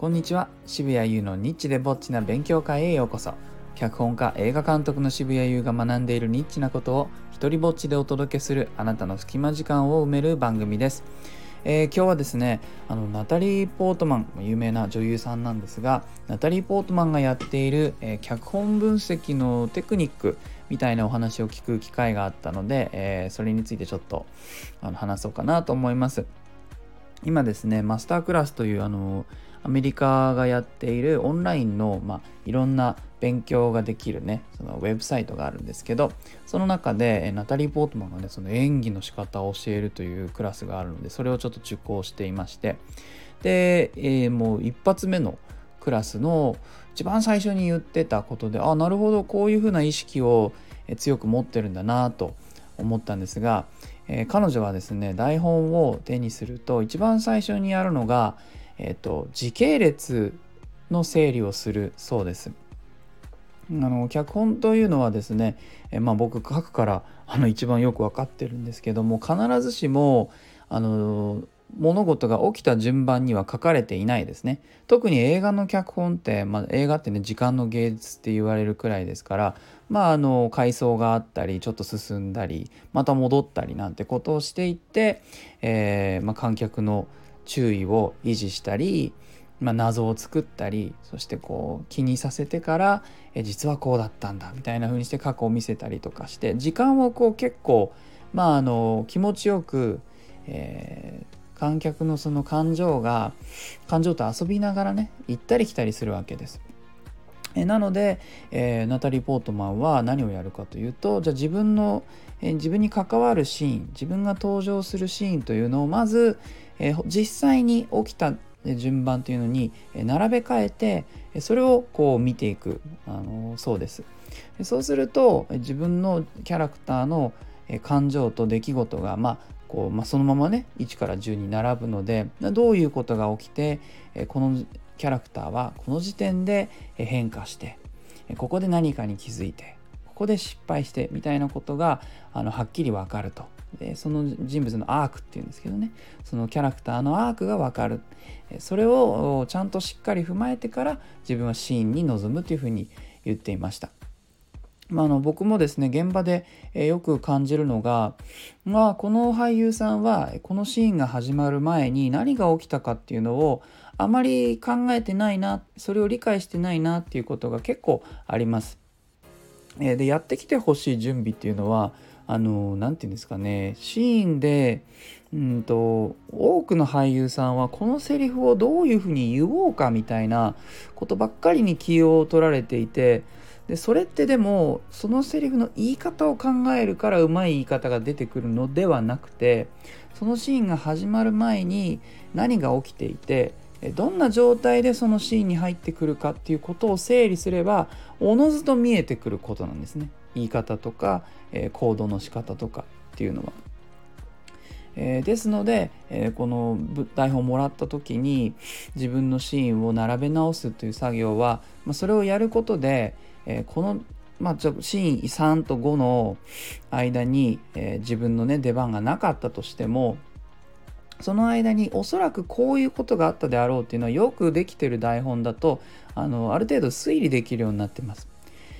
こんにちは。渋谷優のニッチでぼっちな勉強会へようこそ。脚本家、映画監督の渋谷優が学んでいるニッチなことを一人ぼっちでお届けするあなたの隙間時間を埋める番組です。今日はですね、ナタリー・ポートマン、有名な女優さんなんですが、ナタリー・ポートマンがやっている、脚本分析のテクニックみたいなお話を聞く機会があったので、それについてちょっと話そうかなと思います。今ですね、マスタークラスというアメリカがやっているオンラインの、いろんな勉強ができるね、そのウェブサイトがあるんですけど、その中でナタリー・ポートマンがね、その演技の仕方を教えるというクラスがあるので、それをちょっと受講していまして、で、もう一発目のクラスの一番最初に言ってたことで、なるほど、こういうふうな意識を強く持ってるんだなと思ったんですが、彼女はですね、台本を手にすると一番最初にやるのが、時系列の整理をするそうです。脚本というのはですね、僕書くから一番よく分かってるんですけども、必ずしも物事が起きた順番には書かれていないですね。特に映画の脚本って、映画ってね、時間の芸術って言われるくらいですから、回想があったり、ちょっと進んだり、また戻ったりなんてことをしていって、観客の注意を維持したり、謎を作ったり、そしてこう気にさせてから実はこうだったんだみたいな風にして過去を見せたりとかして、時間をこう結構気持ちよく、観客のその感情と遊びながらね、行ったり来たりするわけです。なので、ナタリー・ポートマンは何をやるかというと、じゃあ自分に関わるシーン、自分が登場するシーンというのをまず、実際に起きた順番というのに並べ替えて、それをこう見ていくそうです。そうすると自分のキャラクターの感情と出来事がそのままね1から10に並ぶので、どういうことが起きてこのキャラクターはこの時点で変化して、ここで何かに気づいて、ここで失敗してみたいなことがはっきり分かると。でその人物のアークっていうんですけどね、そのキャラクターのアークが分かる。それをちゃんとしっかり踏まえてから自分はシーンに臨むというふうに言っていました。僕もですね、現場でよく感じるのが、この俳優さんはこのシーンが始まる前に何が起きたかっていうのをあまり考えてないな、それを理解してないなっていうことが結構あります。でやってきてほしい準備っていうのはなんていうんですかね、シーンで多くの俳優さんはこのセリフをどういうふうに言おうかみたいなことばっかりに気を取られていて、でそれってでもそのセリフの言い方を考えるからうまい言い方が出てくるのではなくて、そのシーンが始まる前に何が起きていて、どんな状態でそのシーンに入ってくるかっていうことを整理すればおのずと見えてくることなんですね。言い方とか、行動の仕方とかっていうのは。ですので、この台本をもらった時に自分のシーンを並べ直すという作業は、それをやることで、このシーン3と5の間に、自分のね出番がなかったとしても、その間におそらくこういうことがあったであろうっていうのはよくできてる台本だとある程度推理できるようになってます。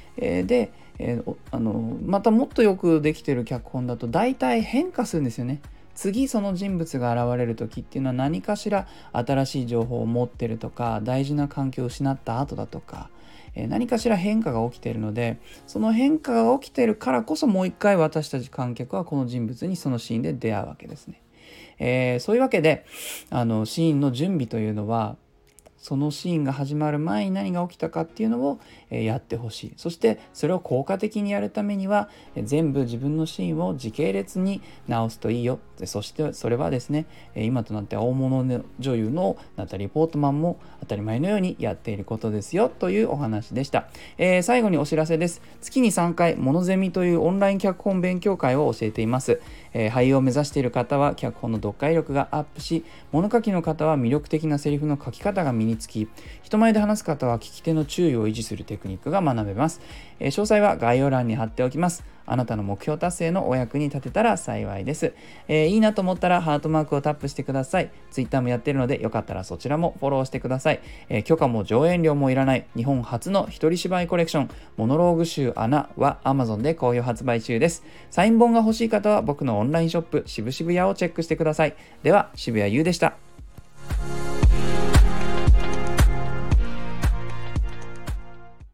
またもっとよくできてる脚本だと大体変化するんですよね。次その人物が現れる時っていうのは何かしら新しい情報を持ってるとか、大事な環境を失った後だとか、何かしら変化が起きているので、その変化が起きているからこそもう一回私たち観客はこの人物にそのシーンで出会うわけですね。そういうわけでシーンの準備というのは、そのシーンが始まる前に何が起きたかっていうのをやってほしい。そしてそれを効果的にやるためには全部自分のシーンを時系列に直すといいよ。そしてそれはですね、今となっては大物女優のナタリー・ポートマンも当たり前のようにやっていることですよというお話でした。最後にお知らせです。月に3回モノゼミというオンライン脚本勉強会を教えています。俳優を目指している方は脚本の読解力がアップし、物書きの方は魅力的なセリフの書き方が身に身つき、人前で話す方は聞き手の注意を維持するテクニックが学べます。詳細は概要欄に貼っておきます。あなたの目標達成のお役に立てたら幸いです。いいなと思ったらハートマークをタップしてください。Twitter もやってるのでよかったらそちらもフォローしてください。許可も上演料もいらない日本初の一人芝居コレクションモノローグ集アナは Amazon で好評発売中です。サイン本が欲しい方は僕のオンラインショップ渋々屋をチェックしてください。では渋谷優でした。